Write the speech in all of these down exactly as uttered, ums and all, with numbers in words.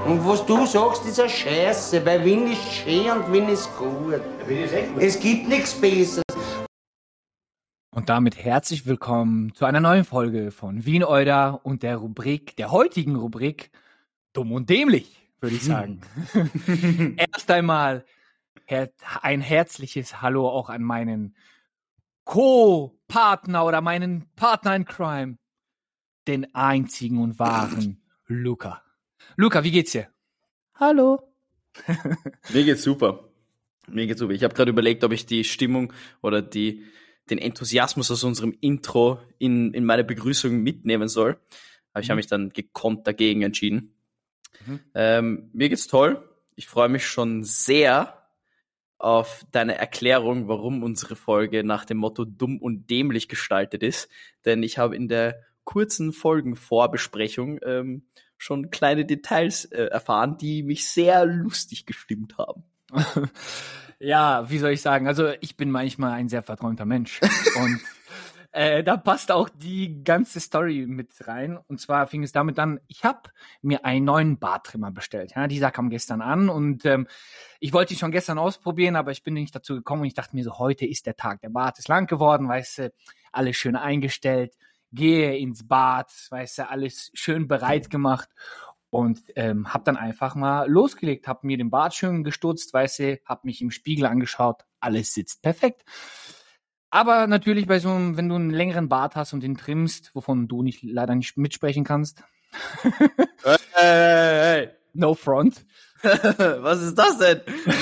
Und was du sagst, ist eine Scheiße, weil Wien ist schön und Wien ist gut. Es gibt nichts Besseres. Und damit herzlich willkommen zu einer neuen Folge von Wien Euder und der Rubrik, der heutigen Rubrik Dumm und Dämlich, würde ich sagen. Erst einmal her- ein herzliches Hallo auch an meinen Co-Partner oder meinen Partner in Crime, den einzigen und wahren Luca. Luca, wie geht's dir? Hallo. Mir geht's super. Mir geht's super. Ich habe gerade überlegt, ob ich die Stimmung oder die, den Enthusiasmus aus unserem Intro in, in meine Begrüßung mitnehmen soll. Aber ich habe mich dann gekonnt dagegen entschieden. Mhm. Ähm, mir geht's toll. Ich freue mich schon sehr auf deine Erklärung, warum unsere Folge nach dem Motto dumm und dämlich gestaltet ist. Denn ich habe in der kurzen Folgenvorbesprechung ähm, schon kleine Details äh, erfahren, die mich sehr lustig gestimmt haben. Ja, wie soll ich sagen? Also ich bin manchmal ein sehr verträumter Mensch und äh, da passt auch die ganze Story mit rein. Und zwar fing es damit an, ich habe mir einen neuen Barttrimmer bestellt. Ja, dieser kam gestern an und ähm, ich wollte ihn schon gestern ausprobieren, aber ich bin nicht dazu gekommen und ich dachte mir so, heute ist der Tag. Der Bart ist lang geworden, weißt du, alles schön eingestellt, gehe ins Bad, weißt du, alles schön bereit gemacht. Und ähm, hab dann einfach mal losgelegt, hab mir den Bart schön gestutzt, weißt du, hab mich im Spiegel angeschaut, alles sitzt perfekt. Aber natürlich bei so einem, wenn du einen längeren Bart hast und den trimmst, wovon du nicht leider nicht mitsprechen kannst. Hey, hey, hey. No front. Was ist das denn?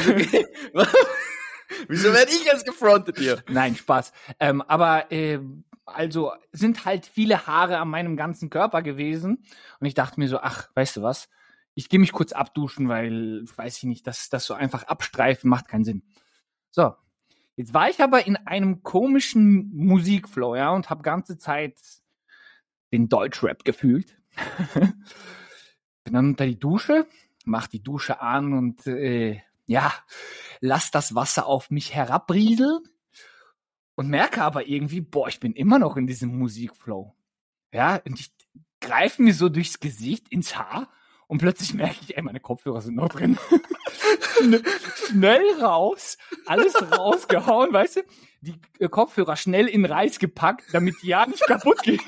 Wieso werde ich jetzt gefrontet hier? Nein, Spaß. Ähm, aber äh, also sind halt viele Haare an meinem ganzen Körper gewesen und ich dachte mir so, ach, weißt du was, ich gehe mich kurz abduschen, weil, weiß ich nicht, das, das so einfach abstreifen macht keinen Sinn. So, jetzt war ich aber in einem komischen Musikflow, ja, und habe ganze Zeit den Deutschrap gefühlt. Bin dann unter die Dusche, mach die Dusche an und äh, ja, lass das Wasser auf mich herabrieseln. Und merke aber irgendwie, boah, ich bin immer noch in diesem Musikflow. Ja, und ich greife mir so durchs Gesicht, ins Haar und plötzlich merke ich, ey, meine Kopfhörer sind noch drin. Schnell raus, alles rausgehauen, weißt du? Die äh, Kopfhörer schnell in Reis gepackt, damit die ja nicht kaputt gehen.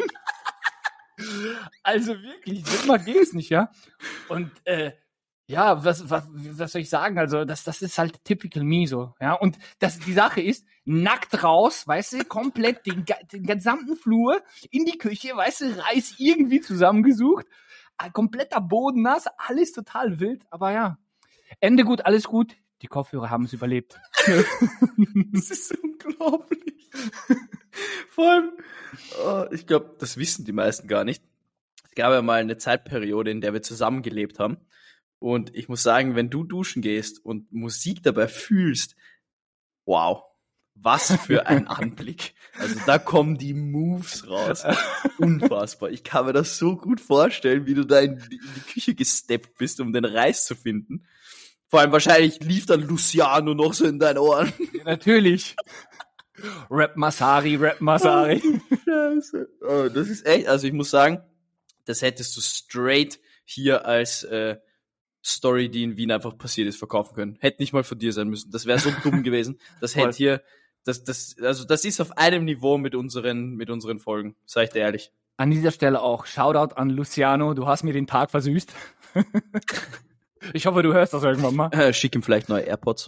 Also wirklich, immer geht es nicht, ja? Und äh, ja, was, was, was soll ich sagen? Also, das, das ist halt typical me so, ja. Und das, die Sache ist, nackt raus, weißt du, komplett den, den gesamten Flur in die Küche, weißt du, Reis irgendwie zusammengesucht, kompletter Boden nass, alles total wild, aber ja. Ende gut, alles gut. Die Kopfhörer haben es überlebt. Das ist unglaublich. Vor allem, oh, ich glaube, das wissen die meisten gar nicht. Es gab ja mal eine Zeitperiode, in der wir zusammengelebt haben. Und ich muss sagen, wenn du duschen gehst und Musik dabei fühlst, wow, was für ein Anblick. Also da kommen die Moves raus. Unfassbar. Ich kann mir das so gut vorstellen, wie du da in die, in die Küche gesteppt bist, um den Reis zu finden. Vor allem wahrscheinlich lief dann Luciano noch so in deinen Ohren. Ja, natürlich. Rap Masari, Rap Masari. Oh, Scheiße. Oh, das ist echt, also ich muss sagen, das hättest du straight hier als äh, Story, die in Wien einfach passiert ist, verkaufen können. Hätte nicht mal von dir sein müssen. Das wäre so dumm gewesen. Das hätte hier, das, das, also das ist auf einem Niveau mit unseren, mit unseren Folgen. Sag ich dir ehrlich. An dieser Stelle auch Shoutout an Luciano. Du hast mir den Tag versüßt. Ich hoffe, du hörst das irgendwann mal. Äh, schick ihm vielleicht neue AirPods.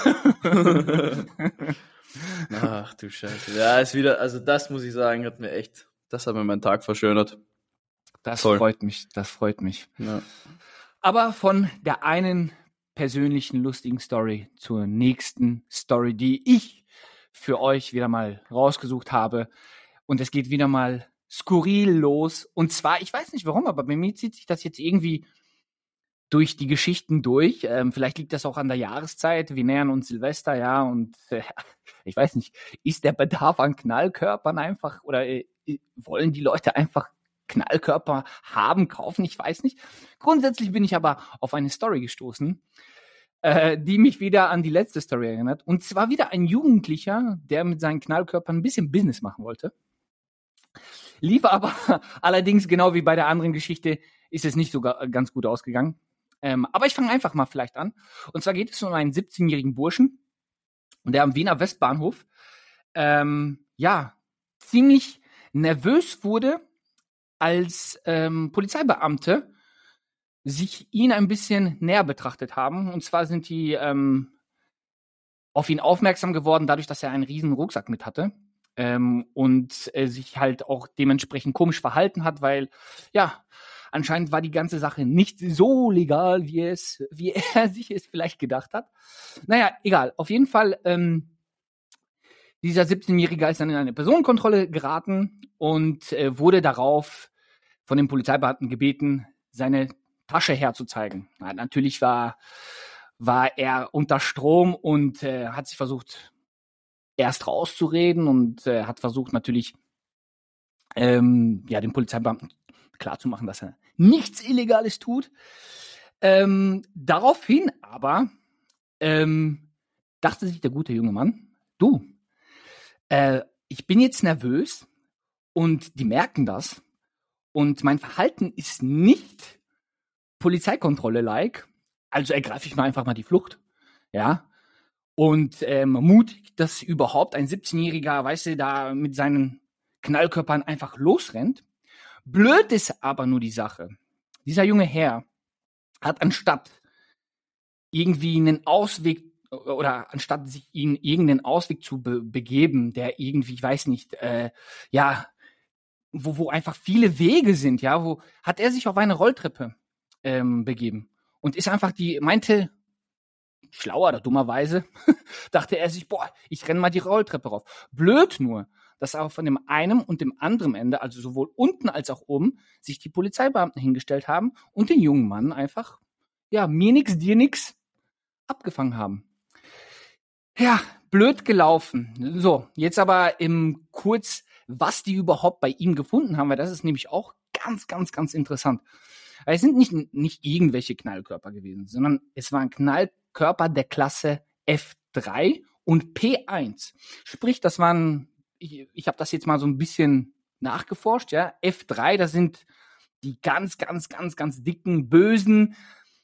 Ach du Scheiße. Ja, ist wieder, also das muss ich sagen, hat mir echt, das hat mir meinen Tag verschönert. Das Toll. freut mich, das freut mich. Ja. Aber von der einen persönlichen lustigen Story zur nächsten Story, die ich für euch wieder mal rausgesucht habe. Und es geht wieder mal skurril los. Und zwar, ich weiß nicht warum, aber bei mir zieht sich das jetzt irgendwie durch die Geschichten durch. Ähm, vielleicht liegt das auch an der Jahreszeit. Wir nähern uns Silvester, ja. Und äh, ich weiß nicht, ist der Bedarf an Knallkörpern einfach oder äh, wollen die Leute einfach Knallkörper haben, kaufen, ich weiß nicht. Grundsätzlich bin ich aber auf eine Story gestoßen, äh, die mich wieder an die letzte Story erinnert. Und zwar wieder ein Jugendlicher, der mit seinen Knallkörpern ein bisschen Business machen wollte. Lief aber allerdings genau wie bei der anderen Geschichte, ist es nicht so ganz gut ausgegangen. Ähm, aber ich fange einfach mal vielleicht an. Und zwar geht es um einen siebzehnjährigen Burschen, der am Wiener Westbahnhof ähm, ja ziemlich nervös wurde, als ähm, Polizeibeamte sich ihn ein bisschen näher betrachtet haben. Und zwar sind die ähm, auf ihn aufmerksam geworden, dadurch, dass er einen riesen Rucksack mit hatte. Ähm, und äh, sich halt auch dementsprechend komisch verhalten hat, weil, ja, anscheinend war die ganze Sache nicht so legal, wie es, wie er sich es vielleicht gedacht hat. Naja, egal. Auf jeden Fall, ähm, dieser siebzehnjährige ist dann in eine Personenkontrolle geraten und äh, wurde darauf von den Polizeibeamten gebeten, seine Tasche herzuzeigen. Na, natürlich war, war er unter Strom und äh, hat sich versucht, erst rauszureden und äh, hat versucht natürlich, ähm, ja, den Polizeibeamten klarzumachen, dass er nichts Illegales tut. Ähm, daraufhin aber ähm, dachte sich der gute junge Mann, du, äh, ich bin jetzt nervös und die merken das und mein Verhalten ist nicht Polizeikontrolle-like, also ergreife ich mal einfach mal die Flucht, ja. Und ähm, mutig, dass überhaupt ein siebzehnjähriger, weißt du, da mit seinen Knallkörpern einfach losrennt. Blöd ist aber nur die Sache. Dieser junge Herr hat anstatt irgendwie einen Ausweg oder anstatt sich in irgendeinen Ausweg zu be- begeben, der irgendwie, ich weiß nicht, äh, ja, wo, wo einfach viele Wege sind, ja, wo hat er sich auf eine Rolltreppe ähm, begeben und ist einfach die, meinte, schlauer oder dummerweise, dachte er sich, boah, ich renne mal die Rolltreppe rauf. Blöd nur, dass auch von dem einen und dem anderen Ende, also sowohl unten als auch oben, sich die Polizeibeamten hingestellt haben und den jungen Mann einfach, ja, mir nix, dir nix, abgefangen haben. Ja, blöd gelaufen. So, jetzt aber im Kurz, was die überhaupt bei ihm gefunden haben, weil das ist nämlich auch ganz, ganz, ganz interessant. Es sind nicht, nicht irgendwelche Knallkörper gewesen, sondern es waren Knallkörper der Klasse F drei und P eins. Sprich, das waren, ich, ich habe das jetzt mal so ein bisschen nachgeforscht, ja. F drei, das sind die ganz, ganz, ganz, ganz dicken, bösen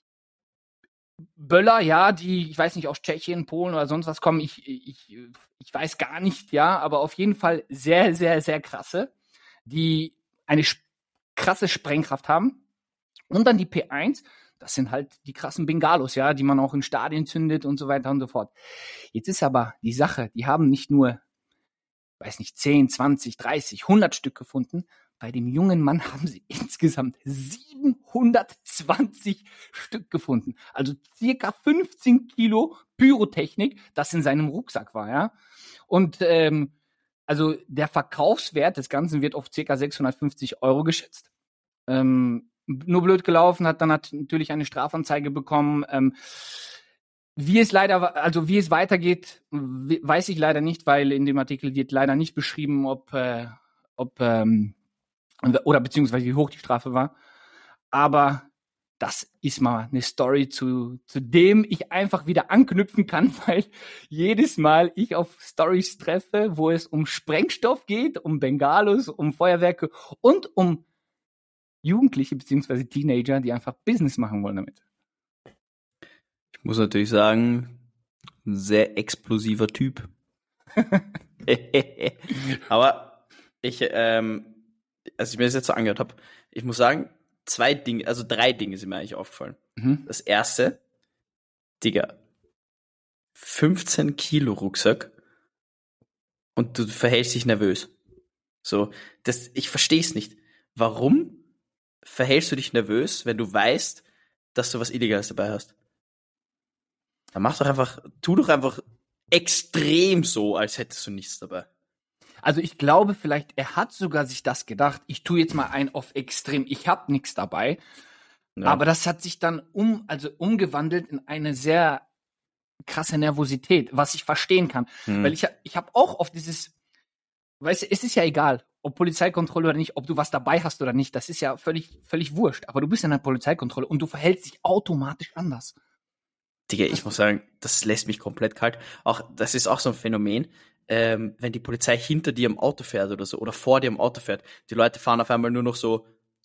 Böller, ja, die, ich weiß nicht, aus Tschechien, Polen oder sonst was kommen, ich, ich, ich weiß gar nicht, ja, aber auf jeden Fall sehr, sehr, sehr krasse, die eine sp- krasse Sprengkraft haben. Und dann die P eins, das sind halt die krassen Bengalos, ja, die man auch in Stadien zündet und so weiter und so fort. Jetzt ist aber die Sache, die haben nicht nur, weiß nicht, zehn, zwanzig, dreißig, hundert Stück gefunden. Bei dem jungen Mann haben sie insgesamt siebenhundertzwanzig Stück gefunden. Also circa fünfzehn Kilo Pyrotechnik, das in seinem Rucksack war, ja. Und ähm, also der Verkaufswert des Ganzen wird auf circa sechshundertfünfzig Euro geschätzt. Ähm, nur blöd gelaufen, hat dann hat natürlich eine Strafanzeige bekommen. Ähm, wie es leider, also wie es weitergeht, weiß ich leider nicht, weil in dem Artikel wird leider nicht beschrieben, ob, äh, ob ähm, oder beziehungsweise wie hoch die Strafe war. Aber das ist mal eine Story, zu, zu dem ich einfach wieder anknüpfen kann, weil jedes Mal ich auf Stories treffe, wo es um Sprengstoff geht, um Bengalos, um Feuerwerke und um Jugendliche beziehungsweise Teenager, die einfach Business machen wollen damit. Ich muss natürlich sagen, ein sehr explosiver Typ. Aber ich, ähm, als ich mir das jetzt so angehört habe, ich muss sagen, zwei Dinge, also drei Dinge sind mir eigentlich aufgefallen. Mhm. Das erste, Digga, fünfzehn Kilo Rucksack und du verhältst dich nervös. So, das, ich verstehe es nicht. Warum verhältst du dich nervös, wenn du weißt, dass du was Illegales dabei hast? Dann mach doch einfach, tu doch einfach extrem so, als hättest du nichts dabei. Also ich glaube vielleicht, er hat sogar sich das gedacht, ich tue jetzt mal ein auf extrem, ich habe nichts dabei. Ja. Aber das hat sich dann um, also umgewandelt in eine sehr krasse Nervosität, was ich verstehen kann. Hm. Weil ich, ich habe auch auf dieses, weißt du, es ist ja egal, ob Polizeikontrolle oder nicht, ob du was dabei hast oder nicht, das ist ja völlig, völlig wurscht. Aber du bist in einer Polizeikontrolle und du verhältst dich automatisch anders. Digga, ich muss sagen, das lässt mich komplett kalt. Auch, das ist auch so ein Phänomen, ähm, wenn die Polizei hinter dir im Auto fährt oder so, oder vor dir im Auto fährt. Die Leute fahren auf einmal nur noch so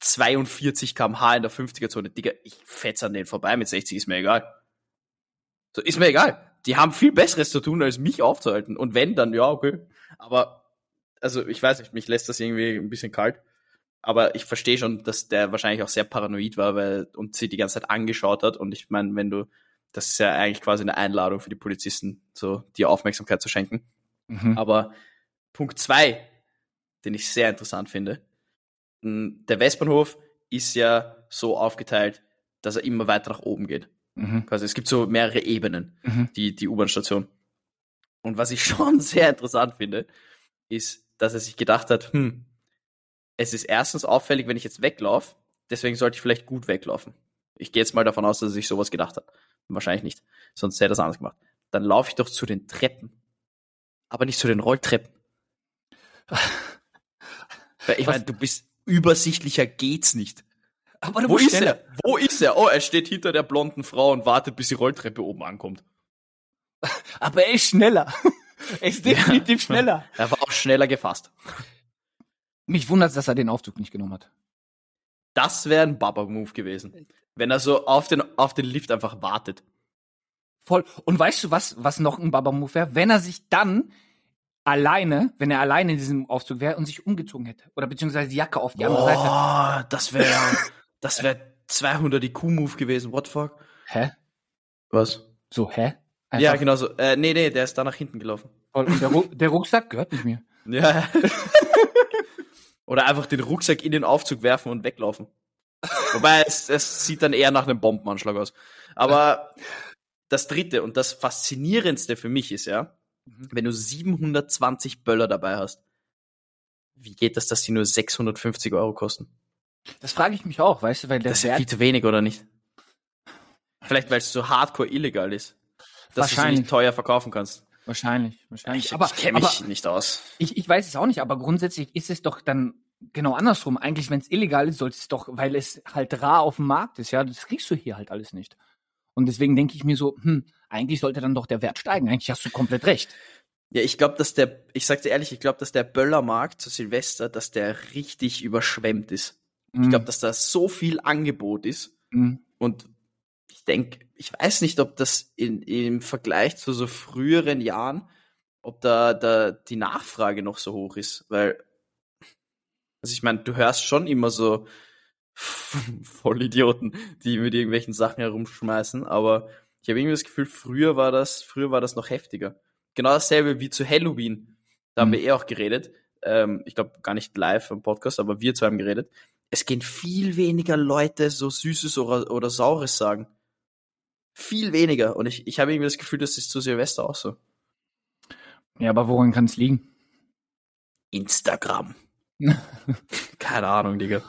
zweiundvierzig Kilometer pro Stunde in der fünfziger-Zone. Digga, ich fetz an denen vorbei, mit sechzig ist mir egal. So, ist mir egal. Die haben viel Besseres zu tun, als mich aufzuhalten. Und wenn, dann ja, okay. Aber, also ich weiß nicht, mich lässt das irgendwie ein bisschen kalt. Aber ich verstehe schon, dass der wahrscheinlich auch sehr paranoid war, weil und sie die ganze Zeit angeschaut hat. Und ich meine, wenn du, das ist ja eigentlich quasi eine Einladung für die Polizisten, so dir Aufmerksamkeit zu schenken. Mhm. Aber Punkt zwei, den ich sehr interessant finde, der Westbahnhof ist ja so aufgeteilt, dass er immer weiter nach oben geht. Mhm. Quasi, es gibt so mehrere Ebenen, mhm. die, die U-Bahn-Station. Und was ich schon sehr interessant finde, ist, dass er sich gedacht hat, hm, es ist erstens auffällig, wenn ich jetzt weglaufe, deswegen sollte ich vielleicht gut weglaufen. Ich gehe jetzt mal davon aus, dass er sich sowas gedacht hat. Wahrscheinlich nicht, sonst hätte er das anders gemacht. Dann laufe ich doch zu den Treppen, aber nicht zu den Rolltreppen. Weil ich meine, du bist übersichtlicher geht's nicht. Aber Wo ist schneller. er? Wo ist er? Oh, er steht hinter der blonden Frau und wartet, bis die Rolltreppe oben ankommt. Aber er ist schneller. Er ist definitiv ja. schneller. Er war auch schneller gefasst. Mich wundert, dass er den Aufzug nicht genommen hat. Das wäre ein Baba-Move gewesen. Wenn er so auf den, auf den Lift einfach wartet. Voll. Und weißt du, was, was noch ein Baba-Move wäre? Wenn er sich dann alleine, wenn er alleine in diesem Aufzug wäre und sich umgezogen hätte. Oder beziehungsweise die Jacke auf die andere oh, Seite. Oh, das wäre das wäre zweihundert I Q-Move gewesen. What the fuck? Hä? Was? So, hä? Einfach. Ja, genau so. Äh, nee, nee, der ist da nach hinten gelaufen. Und der, Ru- der Rucksack gehört nicht mir. Ja. Oder einfach den Rucksack in den Aufzug werfen und weglaufen. Wobei, es, es sieht dann eher nach einem Bombenanschlag aus. Aber das Dritte und das Faszinierendste für mich ist, ja, mhm. wenn du siebenhundertzwanzig Böller dabei hast, wie geht das, dass die nur sechshundertfünfzig Euro kosten? Das frage ich mich auch, weißt du, weil der das ist ja viel zu wenig, oder nicht? Vielleicht, weil es so hardcore illegal ist, dass du sie nicht teuer verkaufen kannst. Wahrscheinlich, wahrscheinlich. Ich, aber, ich kenne mich aber, nicht aus. Ich, ich weiß es auch nicht, aber grundsätzlich ist es doch dann genau andersrum. Eigentlich, wenn es illegal ist, sollte es doch, weil es halt rar auf dem Markt ist, ja, das kriegst du hier halt alles nicht. Und deswegen denke ich mir so, hm, eigentlich sollte dann doch der Wert steigen. Eigentlich hast du komplett recht. Ja, ich glaube, dass der, ich sag dir ehrlich, ich glaube, dass der Böllermarkt zu Silvester, dass der richtig überschwemmt ist. Mm. Ich glaube, dass da so viel Angebot ist. Mm. Und ich denke, ich weiß nicht, ob das in, im Vergleich zu so früheren Jahren, ob da, da die Nachfrage noch so hoch ist. Weil, also ich meine, du hörst schon immer so Vollidioten, die mit irgendwelchen Sachen herumschmeißen, aber ich habe irgendwie das Gefühl, früher war das, früher war das noch heftiger. Genau dasselbe wie zu Halloween. Da mhm. haben wir eh auch geredet. Ähm, ich glaube, gar nicht live im Podcast, aber wir zwei haben geredet. Es gehen viel weniger Leute so Süßes oder, oder Saures sagen. Viel weniger. Und ich, ich habe irgendwie das Gefühl, das ist zu Silvester auch so. Ja, aber woran kann es liegen? Instagram. Keine Ahnung, Digga.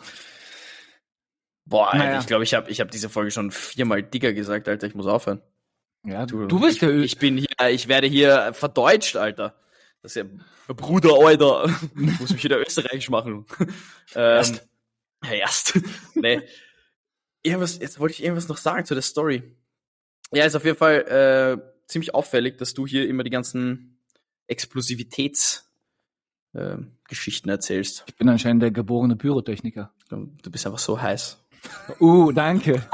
Boah, Alter, naja. ich glaube, ich habe ich hab diese Folge schon viermal Digger gesagt, Alter. Ich muss aufhören. Ja, du, du bist der Ö- Ich bin hier, ich werde hier verdeutscht, Alter. Das ist ja Bruder, Alter. Ich muss mich wieder österreichisch machen. ähm, erst. Ja, erst. Nee. Irgendwas, jetzt wollte ich irgendwas noch sagen zu der Story. Ja, ist auf jeden Fall äh, ziemlich auffällig, dass du hier immer die ganzen Explosivitäts äh, Geschichten erzählst. Ich bin anscheinend der geborene Pyrotechniker. Du, du bist einfach so heiß. Uh, danke.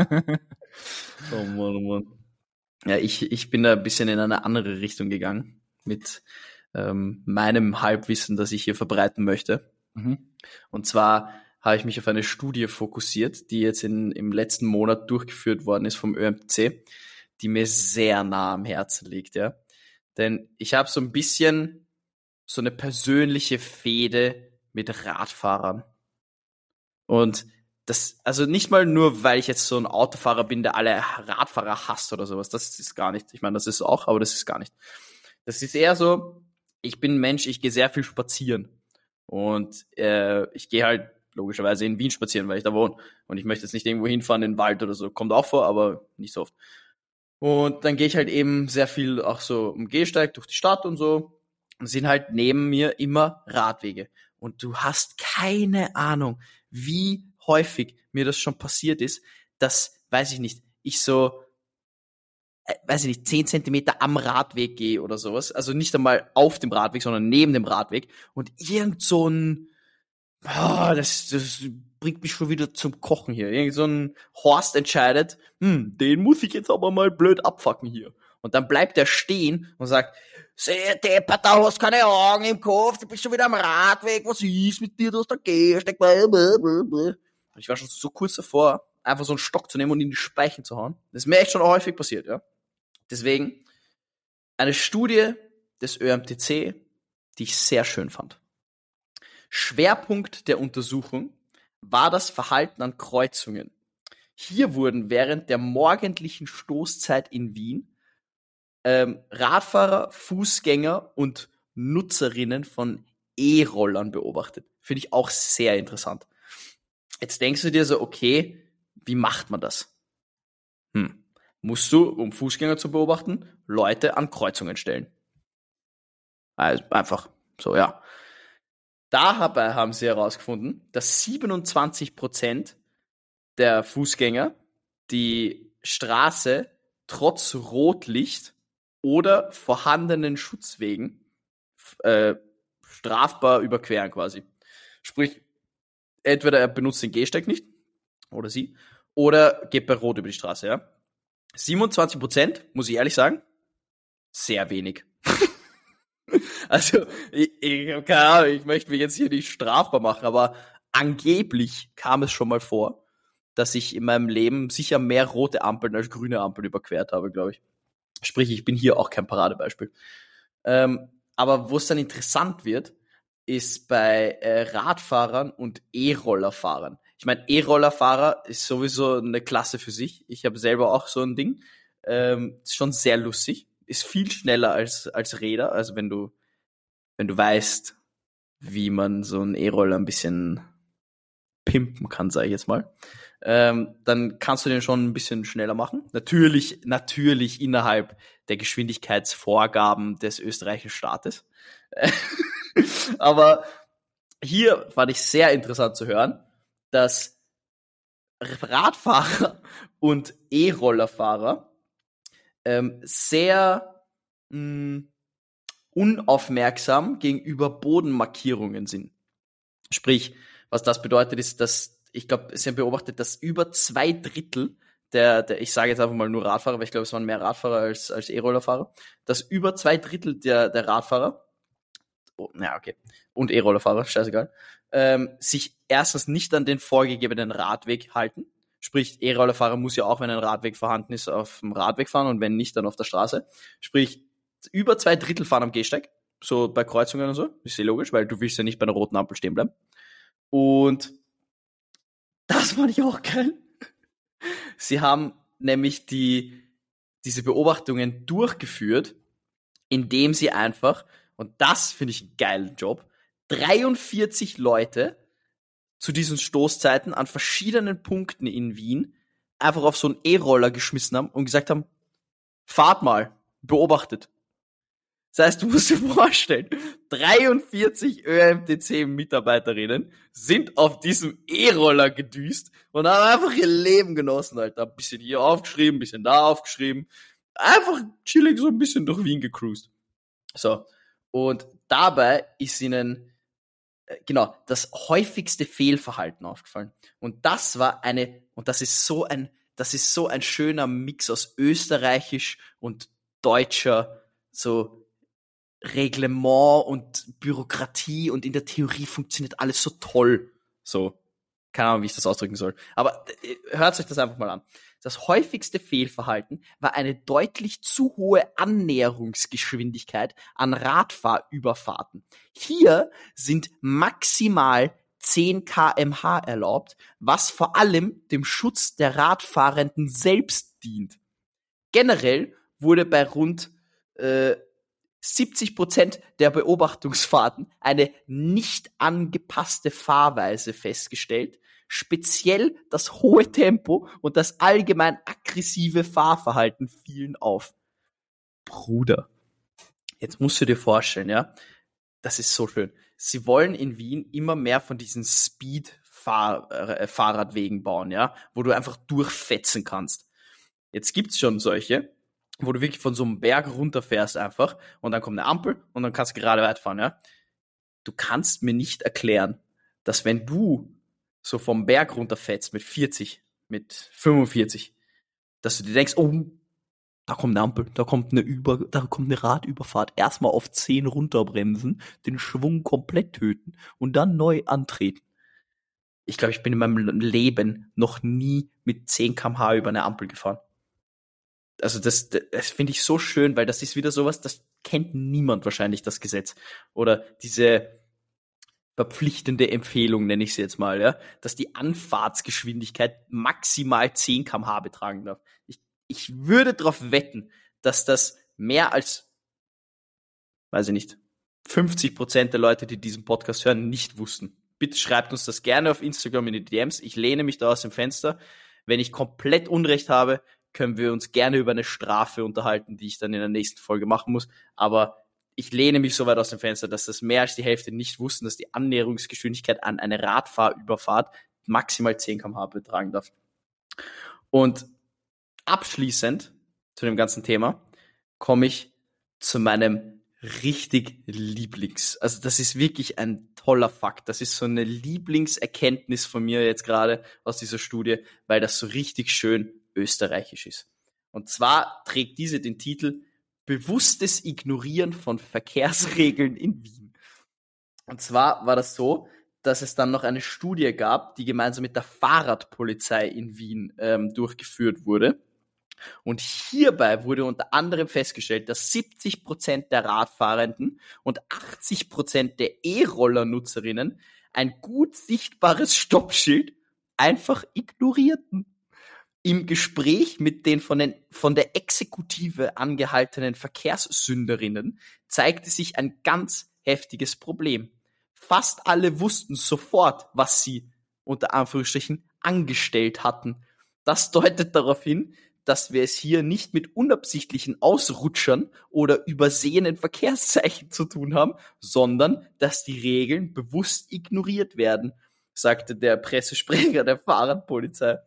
Oh Mann, oh Mann. Ja, ich, ich bin da ein bisschen in eine andere Richtung gegangen mit ähm, meinem Halbwissen, das ich hier verbreiten möchte. Mhm. Und zwar habe ich mich auf eine Studie fokussiert, die jetzt in, im letzten Monat durchgeführt worden ist vom Ö M C, die mir sehr nah am Herzen liegt, ja. Denn ich habe so ein bisschen so eine persönliche Fehde mit Radfahrern. Und das, also nicht mal nur, weil ich jetzt so ein Autofahrer bin, der alle Radfahrer hasst oder sowas. Das ist gar nicht. Ich meine, das ist auch, aber das ist gar nicht. Das ist eher so, ich bin ein Mensch, ich gehe sehr viel spazieren. Und äh, ich gehe halt logischerweise in Wien spazieren, weil ich da wohne. Und ich möchte jetzt nicht irgendwo hinfahren in den Wald oder so. Kommt auch vor, aber nicht so oft. Und dann gehe ich halt eben sehr viel auch so im Gehsteig durch die Stadt und so. Und sind halt neben mir immer Radwege. Und du hast keine Ahnung, wie häufig mir das schon passiert ist, dass, weiß ich nicht, ich so, äh, weiß ich nicht, zehn Zentimeter am Radweg gehe oder sowas. Also nicht einmal auf dem Radweg, sondern neben dem Radweg. Und irgend so ein, oh, das, das bringt mich schon wieder zum Kochen hier. Irgend so ein Horst entscheidet, hm, den muss ich jetzt aber mal blöd abfacken hier. Und dann bleibt er stehen und sagt, seh, Deppert, da hast keine Augen im Kopf, du bist schon wieder am Radweg, was ist mit dir, du hast da Gehsteig, blablabla. Und ich war schon so kurz davor, einfach so einen Stock zu nehmen und in die Speichen zu hauen. Das ist mir echt schon häufig passiert, ja. Deswegen eine Studie des Ö M T C, die ich sehr schön fand. Schwerpunkt der Untersuchung war das Verhalten an Kreuzungen. Hier wurden während der morgendlichen Stoßzeit in Wien ähm, Radfahrer, Fußgänger und Nutzerinnen von E-Rollern beobachtet. Finde ich auch sehr interessant. Jetzt denkst du dir so, okay, wie macht man das? Hm. Musst du, um Fußgänger zu beobachten, Leute an Kreuzungen stellen. Also einfach so, ja. Dabei haben sie herausgefunden, dass siebenundzwanzig Prozent der Fußgänger die Straße trotz Rotlicht oder vorhandenen Schutzwegen äh, strafbar überqueren quasi. Sprich, entweder er benutzt den Gehsteig nicht, oder sie, oder geht bei Rot über die Straße, ja. siebenundzwanzig Prozent, muss ich ehrlich sagen, sehr wenig. Also, ich, ich, keine Ahnung, ich möchte mich jetzt hier nicht strafbar machen, aber angeblich kam es schon mal vor, dass ich in meinem Leben sicher mehr rote Ampeln als grüne Ampeln überquert habe, glaube ich. Sprich, ich bin hier auch kein Paradebeispiel. Ähm, aber wo es dann interessant wird, ist bei äh, Radfahrern und E-Rollerfahrern. Ich meine, E-Rollerfahrer ist sowieso eine Klasse für sich. Ich habe selber auch so ein Ding. Ähm, ist schon sehr lustig. Ist viel schneller als, als Räder. Also wenn du, wenn du weißt, wie man so einen E-Roller ein bisschen pimpen kann, sage ich jetzt mal, ähm, dann kannst du den schon ein bisschen schneller machen. Natürlich, natürlich innerhalb der Geschwindigkeitsvorgaben des österreichischen Staates. Aber hier fand ich sehr interessant zu hören, dass Radfahrer und E-Rollerfahrer ähm, sehr mh, unaufmerksam gegenüber Bodenmarkierungen sind. Sprich, was das bedeutet, ist, dass, ich glaube, es sind beobachtet, dass über zwei Drittel der, der ich sage jetzt einfach mal nur Radfahrer, weil ich glaube, es waren mehr Radfahrer als, als E-Rollerfahrer, dass über zwei Drittel der, der Radfahrer, oh, na okay, und E-Rollerfahrer, scheißegal, ähm, sich erstens nicht an den vorgegebenen Radweg halten. Sprich, E-Rollerfahrer muss ja auch, wenn ein Radweg vorhanden ist, auf dem Radweg fahren und wenn nicht, dann auf der Straße. Sprich, über zwei Drittel fahren am Gehsteig, so bei Kreuzungen und so, ist sehr logisch, weil du willst ja nicht bei einer roten Ampel stehen bleiben. Und das fand ich auch geil. Sie haben nämlich die, diese Beobachtungen durchgeführt, indem sie einfach, und das finde ich einen geilen Job, dreiundvierzig Leute zu diesen Stoßzeiten an verschiedenen Punkten in Wien einfach auf so einen E-Roller geschmissen haben und gesagt haben, fahrt mal, beobachtet. Das heißt, du musst dir vorstellen, dreiundvierzig Ö M T C-Mitarbeiterinnen sind auf diesem E-Roller gedüst und haben einfach ihr Leben genossen, Alter. Ein bisschen hier aufgeschrieben, ein bisschen da aufgeschrieben. Einfach chillig so ein bisschen durch Wien gecruised. So. Und dabei ist ihnen, äh, genau, das häufigste Fehlverhalten aufgefallen. Und das war eine, und das ist so ein, das ist so ein schöner Mix aus österreichisch und deutscher, so, Reglement und Bürokratie und in der Theorie funktioniert alles so toll. So, keine Ahnung, wie ich das ausdrücken soll. Aber äh, hört euch das einfach mal an. Das häufigste Fehlverhalten war eine deutlich zu hohe Annäherungsgeschwindigkeit an Radfahrüberfahrten. Hier sind maximal zehn Kilometer pro Stunde erlaubt, was vor allem dem Schutz der Radfahrenden selbst dient. Generell wurde bei rund äh, siebzig Prozent der Beobachtungsfahrten eine nicht angepasste Fahrweise festgestellt. Speziell das hohe Tempo und das allgemein aggressive Fahrverhalten fielen auf. Bruder, jetzt musst du dir vorstellen, ja, das ist so schön. Sie wollen in Wien immer mehr von diesen Speed-Fahrradwegen bauen, ja, wo du einfach durchfetzen kannst. Jetzt gibt's schon solche, wo du wirklich von so einem Berg runterfährst einfach und dann kommt eine Ampel und dann kannst du gerade weiterfahren, ja. Du kannst mir nicht erklären, dass wenn du so vom Berg runterfetzt mit vierzig, mit fünfundvierzig, dass du dir denkst, oh, da kommt eine Ampel, da kommt eine Über, da kommt eine Radüberfahrt. Erstmal auf zehn runterbremsen, den Schwung komplett töten und dann neu antreten. Ich glaube, ich bin in meinem Leben noch nie mit zehn Kilometer pro Stunde über eine Ampel gefahren. Also das, das finde ich so schön, weil das ist wieder sowas, das kennt niemand wahrscheinlich, das Gesetz. Oder diese verpflichtende Empfehlung, nenne ich sie jetzt mal, ja, dass die Anfahrtsgeschwindigkeit maximal zehn Kilometer pro Stunde betragen darf. Ich, ich würde darauf wetten, dass das mehr als, weiß ich nicht, fünfzig Prozent der Leute, die diesen Podcast hören, nicht wussten. Bitte schreibt uns das gerne auf Instagram in die D Ms. Ich lehne mich da aus dem Fenster. Wenn ich komplett Unrecht habe, können wir uns gerne über eine Strafe unterhalten, die ich dann in der nächsten Folge machen muss. Aber ich lehne mich so weit aus dem Fenster, dass das mehr als die Hälfte nicht wussten, dass die Annäherungsgeschwindigkeit an eine Radfahrüberfahrt maximal zehn Kilometer pro Stunde betragen darf. Und abschließend zu dem ganzen Thema komme ich zu meinem richtig Lieblings. Also das ist wirklich ein toller Fakt. Das ist so eine Lieblingserkenntnis von mir jetzt gerade aus dieser Studie, weil das so richtig schön österreichisch ist. Und zwar trägt diese den Titel Bewusstes Ignorieren von Verkehrsregeln in Wien. Und zwar war das so, dass es dann noch eine Studie gab, die gemeinsam mit der Fahrradpolizei in Wien ähm, durchgeführt wurde. Und hierbei wurde unter anderem festgestellt, dass siebzig Prozent der Radfahrenden und achtzig Prozent der E-Roller-Nutzerinnen ein gut sichtbares Stoppschild einfach ignorierten. Im Gespräch mit den von, den von der Exekutive angehaltenen Verkehrssünderinnen zeigte sich ein ganz heftiges Problem. Fast alle wussten sofort, was sie unter Anführungsstrichen angestellt hatten. Das deutet darauf hin, dass wir es hier nicht mit unabsichtlichen Ausrutschern oder übersehenen Verkehrszeichen zu tun haben, sondern dass die Regeln bewusst ignoriert werden, sagte der Pressesprecher der Fahrradpolizei.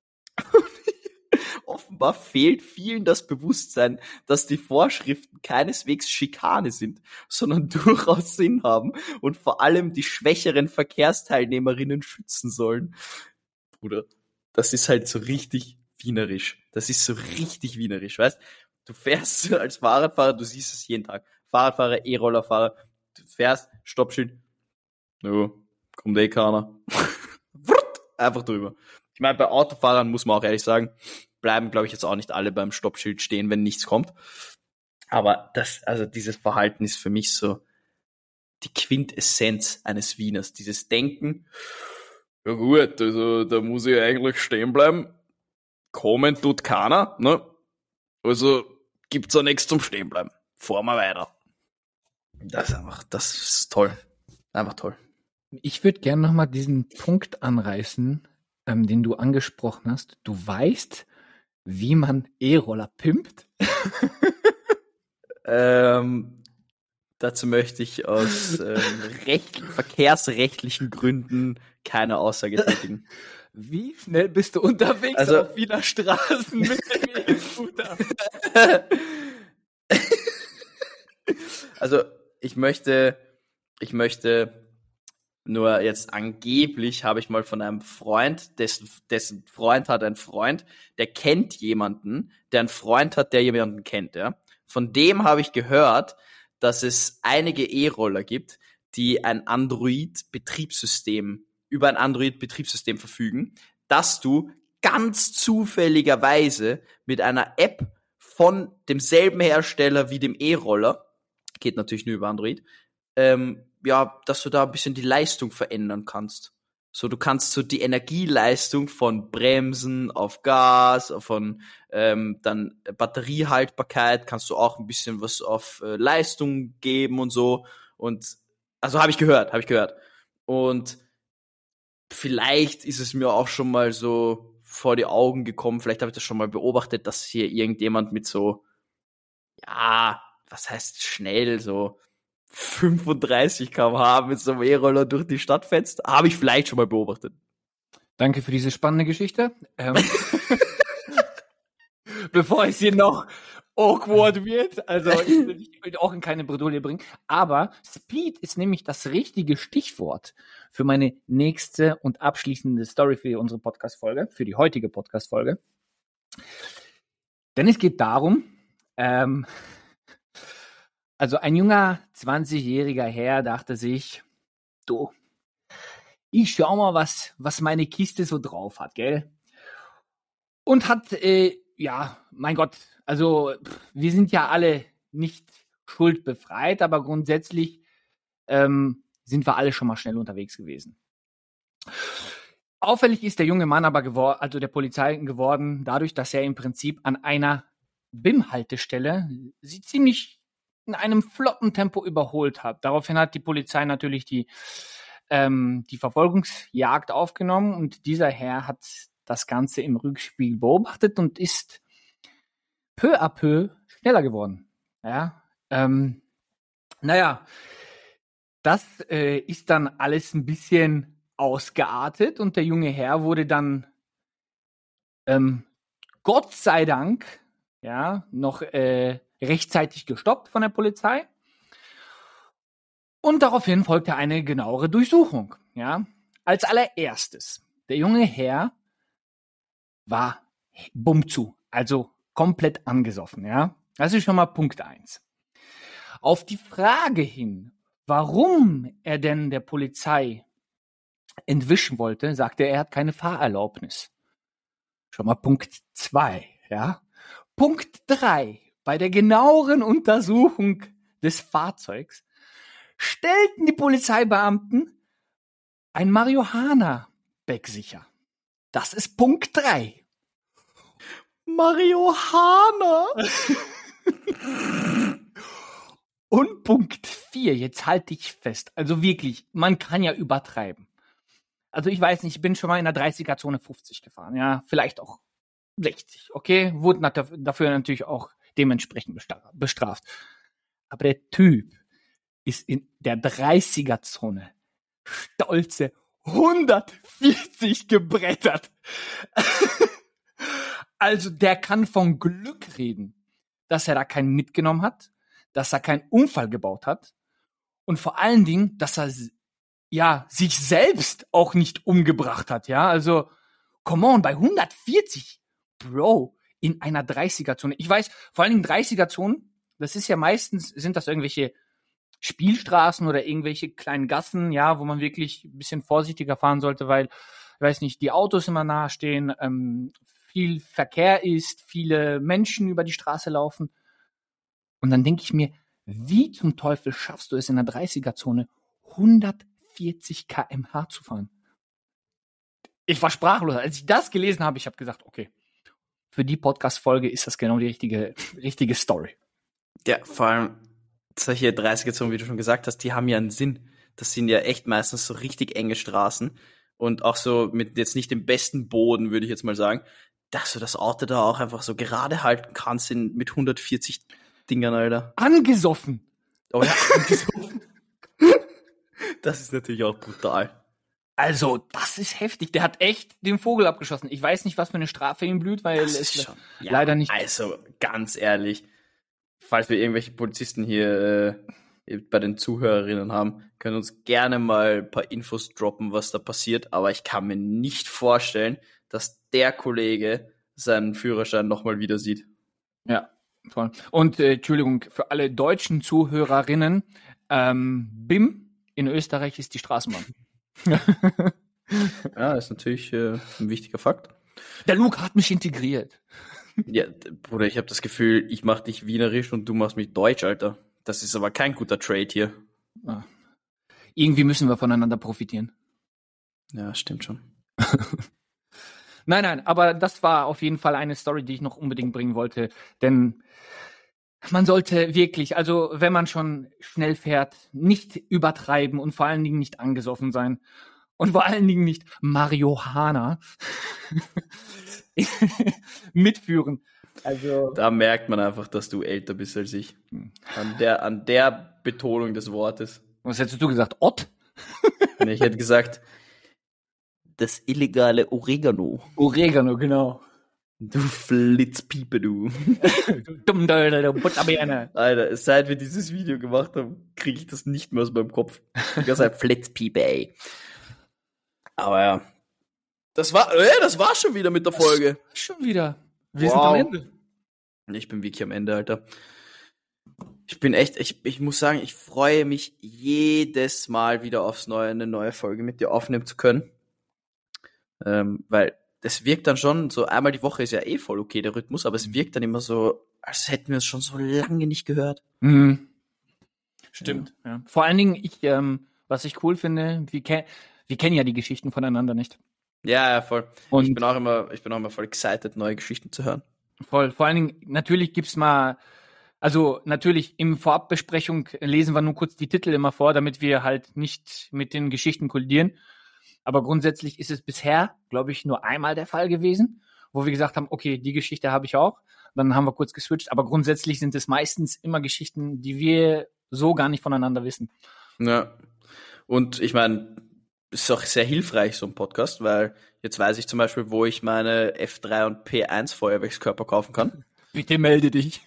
Offenbar fehlt vielen das Bewusstsein, dass die Vorschriften keineswegs Schikane sind, sondern durchaus Sinn haben und vor allem die schwächeren Verkehrsteilnehmerinnen schützen sollen. Bruder, das ist halt so richtig wienerisch. Das ist so richtig wienerisch, weißt? Du fährst als Fahrradfahrer, du siehst es jeden Tag. Fahrradfahrer, E-Rollerfahrer, du fährst, Stoppschild, no, kommt eh keiner. Einfach drüber. Ich meine, bei Autofahrern muss man auch ehrlich sagen, bleiben, glaube ich, jetzt auch nicht alle beim Stoppschild stehen, wenn nichts kommt. Aber das, also dieses Verhalten ist für mich so die Quintessenz eines Wieners. Dieses Denken, ja gut, also da muss ich eigentlich stehen bleiben. Kommen tut keiner, ne? Also gibt's auch nichts zum Stehenbleiben. Fahren wir weiter. Das ist einfach, das ist toll. Einfach toll. Ich würde gerne nochmal diesen Punkt anreißen, ähm, den du angesprochen hast. Du weißt, wie man E-Roller pimpt? ähm, dazu möchte ich aus ähm, recht, verkehrsrechtlichen Gründen keine Aussage tätigen. Wie schnell bist du unterwegs also, auf Wiener Straßen mit dem E-Scooter? Also ich möchte, ich möchte nur jetzt angeblich habe ich mal von einem Freund, dessen, dessen Freund hat einen Freund, der kennt jemanden, der einen Freund hat, der jemanden kennt. Ja? Von dem habe ich gehört, dass es einige E-Roller gibt, die ein Android-Betriebssystem über ein Android-Betriebssystem verfügen, dass du ganz zufälligerweise mit einer App von demselben Hersteller wie dem E-Roller, geht natürlich nur über Android, ähm, ja, dass du da ein bisschen die Leistung verändern kannst. So, du kannst so die Energieleistung von Bremsen auf Gas, von ähm, dann Batteriehaltbarkeit, kannst du auch ein bisschen was auf äh, Leistung geben und so. Und also habe ich gehört, habe ich gehört. Und vielleicht ist es mir auch schon mal so vor die Augen gekommen, vielleicht habe ich das schon mal beobachtet, dass hier irgendjemand mit so, ja, was heißt schnell, so fünfunddreißig Kilometer pro Stunde mit so einem E-Roller durch die Stadt fetzt. Habe ich vielleicht schon mal beobachtet. Danke für diese spannende Geschichte. Ähm, bevor ich sie noch awkward wird. Also ich will dich auch in keine Bredouille bringen. Aber Speed ist nämlich das richtige Stichwort für meine nächste und abschließende Story für unsere Podcast-Folge, für die heutige Podcast-Folge. Denn es geht darum, ähm, also ein junger zwanzigjähriger Herr dachte sich, du, ich schau mal, was, was meine Kiste so drauf hat, gell? Und hat, äh, ja, mein Gott, also wir sind ja alle nicht schuldbefreit, aber grundsätzlich ähm, sind wir alle schon mal schnell unterwegs gewesen. Auffällig ist der junge Mann aber geworden, also der Polizei geworden, dadurch, dass er im Prinzip an einer B I M-Haltestelle sie ziemlich in einem flotten Tempo überholt hat. Daraufhin hat die Polizei natürlich die ähm, die Verfolgungsjagd aufgenommen und dieser Herr hat das Ganze im Rückspiegel beobachtet und ist peu à peu schneller geworden. Ja, ähm, naja, das äh, ist dann alles ein bisschen ausgeartet und der junge Herr wurde dann ähm, Gott sei Dank ja noch äh, rechtzeitig gestoppt von der Polizei. Und daraufhin folgte eine genauere Durchsuchung. Ja, als allererstes, der junge Herr war bummzu, also komplett angesoffen. Ja, das ist schon mal Punkt eins. Auf die Frage hin, warum er denn der Polizei entwischen wollte, sagte er, er hat keine Fahrerlaubnis. Schon mal Punkt zwei. Ja, Punkt drei. Bei der genaueren Untersuchung des Fahrzeugs stellten die Polizeibeamten ein Marihuana-Bag sicher. Das ist Punkt drei. Marihuana! Und Punkt vier, jetzt halte ich fest. Also wirklich, man kann ja übertreiben. Also ich weiß nicht, ich bin schon mal in der dreißiger-Zone fünfzig gefahren, ja, vielleicht auch sechzig, okay? Wurde dafür natürlich auch dementsprechend bestraft. Aber der Typ ist in der dreißiger-Zone stolze hundertvierzig gebrettert. Also der kann von Glück reden, dass er da keinen mitgenommen hat, dass er keinen Unfall gebaut hat und vor allen Dingen, dass er ja sich selbst auch nicht umgebracht hat. Ja, also come on, bei hundertvierzig, Bro, in einer dreißiger-Zone. Ich weiß, vor allen Dingen dreißiger-Zonen, das ist ja meistens, sind das irgendwelche Spielstraßen oder irgendwelche kleinen Gassen, ja, wo man wirklich ein bisschen vorsichtiger fahren sollte, weil, ich weiß nicht, die Autos immer nahe stehen, ähm, viel Verkehr ist, viele Menschen über die Straße laufen. Und dann denke ich mir, wie zum Teufel schaffst du es in der dreißiger-Zone hundertvierzig Kilometer pro Stunde zu fahren? Ich war sprachlos. Als ich das gelesen habe, ich habe gesagt, okay, für die Podcast-Folge ist das genau die richtige, richtige Story. Ja, vor allem solche dreißiger-Zonen, wie du schon gesagt hast, die haben ja einen Sinn. Das sind ja echt meistens so richtig enge Straßen und auch so mit jetzt nicht dem besten Boden, würde ich jetzt mal sagen, dass du das Auto da auch einfach so gerade halten kannst in, mit hundertvierzig Dingern, Alter. Angesoffen. Oh ja, angesoffen. Das ist natürlich auch brutal. Also, das ist heftig. Der hat echt den Vogel abgeschossen. Ich weiß nicht, was für eine Strafe ihm blüht, weil das es ist schon, ja, leider nicht... Also, ganz ehrlich, falls wir irgendwelche Polizisten hier äh, bei den Zuhörerinnen haben, können uns gerne mal ein paar Infos droppen, was da passiert. Aber ich kann mir nicht vorstellen, dass der Kollege seinen Führerschein nochmal wieder sieht. Ja, toll. Und äh, Entschuldigung, für alle deutschen Zuhörerinnen, ähm, B I M in Österreich ist die Straßenbahn. Ja, ist natürlich äh, ein wichtiger Fakt. Der Luke hat mich integriert. Ja, Bruder, ich habe das Gefühl, ich mach dich wienerisch und du machst mich deutsch, Alter. Das ist aber kein guter Trade hier. Ah. Irgendwie müssen wir voneinander profitieren. Ja, stimmt schon. Nein, nein, aber das war auf jeden Fall eine Story, die ich noch unbedingt bringen wollte, denn man sollte wirklich, also wenn man schon schnell fährt, nicht übertreiben und vor allen Dingen nicht angesoffen sein und vor allen Dingen nicht Marihuana mitführen. Also da merkt man einfach, dass du älter bist als ich. An der, an der Betonung des Wortes. Was hättest du gesagt? Ott? Nee, ich hätte gesagt, das illegale Oregano. Oregano, genau. Du Flitzpiepe, du. Du Dummdödel, du Butterbirne. Alter, seit wir dieses Video gemacht haben, kriege ich das nicht mehr aus meinem Kopf. Die ganze Zeit Flitzpiepe, ey. Aber ja. Das war, äh, das war schon wieder mit der Folge. Schon wieder. Wir Wow. sind am Ende. Ich bin wirklich am Ende, Alter. Ich bin echt, ich, ich muss sagen, ich freue mich jedes Mal wieder aufs Neue, eine neue Folge mit dir aufnehmen zu können. Ähm, weil das wirkt dann schon so, einmal die Woche ist ja eh voll okay, der Rhythmus, aber es wirkt dann immer so, als hätten wir es schon so lange nicht gehört. Mhm. Stimmt. Ja. Ja. Vor allen Dingen, ich, ähm, was ich cool finde, wir, ke- wir kennen ja die Geschichten voneinander nicht. Ja, ja, voll. Und ich bin auch immer, ich bin auch immer voll excited, neue Geschichten zu hören. Voll. Vor allen Dingen, natürlich gibt's mal, also natürlich im Vorabbesprechung lesen wir nur kurz die Titel immer vor, damit wir halt nicht mit den Geschichten kollidieren. Aber grundsätzlich ist es bisher, glaube ich, nur einmal der Fall gewesen, wo wir gesagt haben, okay, die Geschichte habe ich auch. Dann haben wir kurz geswitcht. Aber grundsätzlich sind es meistens immer Geschichten, die wir so gar nicht voneinander wissen. Ja. Und ich meine, es ist auch sehr hilfreich, so ein Podcast, weil jetzt weiß ich zum Beispiel, wo ich meine F drei und P eins Feuerwerkskörper kaufen kann. Bitte melde dich.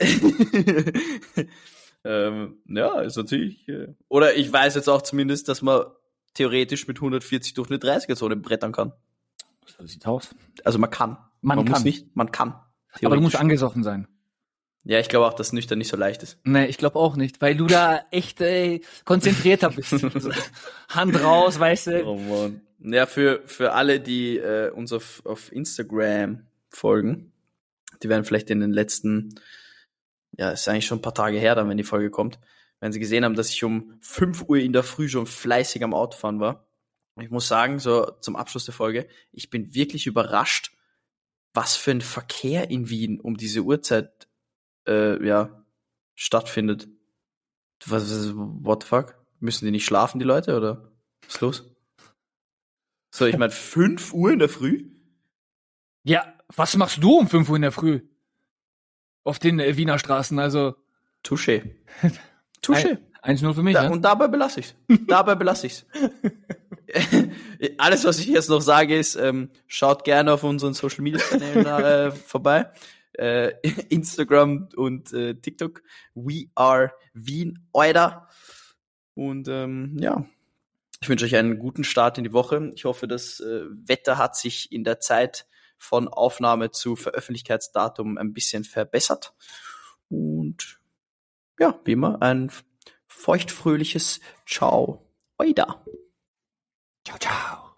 ähm, ja, ist natürlich. Äh, oder ich weiß jetzt auch zumindest, dass man theoretisch mit hundertvierzig durch eine dreißiger-Zone brettern kann. So sieht's aus. Also man kann. Man, man kann. muss nicht, man kann. Aber du musst angesoffen sein. Ja, ich glaube auch, dass nüchtern nicht so leicht ist. Nee, ich glaube auch nicht, weil du da echt äh, konzentrierter bist. Hand raus, weißt du. Oh Mann. Ja, für, für alle, die äh, uns auf, auf Instagram folgen, die werden vielleicht in den letzten, ja, ist eigentlich schon ein paar Tage her dann, wenn die Folge kommt, wenn sie gesehen haben, dass ich um fünf Uhr in der Früh schon fleißig am Autofahren war. Ich muss sagen, so zum Abschluss der Folge, ich bin wirklich überrascht, was für ein Verkehr in Wien um diese Uhrzeit äh, ja, stattfindet. Was, was, what the fuck? Müssen die nicht schlafen, die Leute, oder was ist los? So, ich meine, fünf Uhr in der Früh? Ja, was machst du um fünf Uhr in der Früh? Auf den äh, Wiener Straßen, also. Touché. Touché. eins null für mich, Da, ja? und dabei belasse ich's. Dabei belasse ich's. Alles, was ich jetzt noch sage, ist, ähm, schaut gerne auf unseren Social Media Kanälen äh, vorbei. Äh, Instagram und äh, TikTok. We are Wien Euda. Und ähm, ja, ich wünsche euch einen guten Start in die Woche. Ich hoffe, das äh, Wetter hat sich in der Zeit von Aufnahme zu Veröffentlichkeitsdatum ein bisschen verbessert. Und ja, wie immer, ein feuchtfröhliches Ciao. Euda. Ciao, ciao.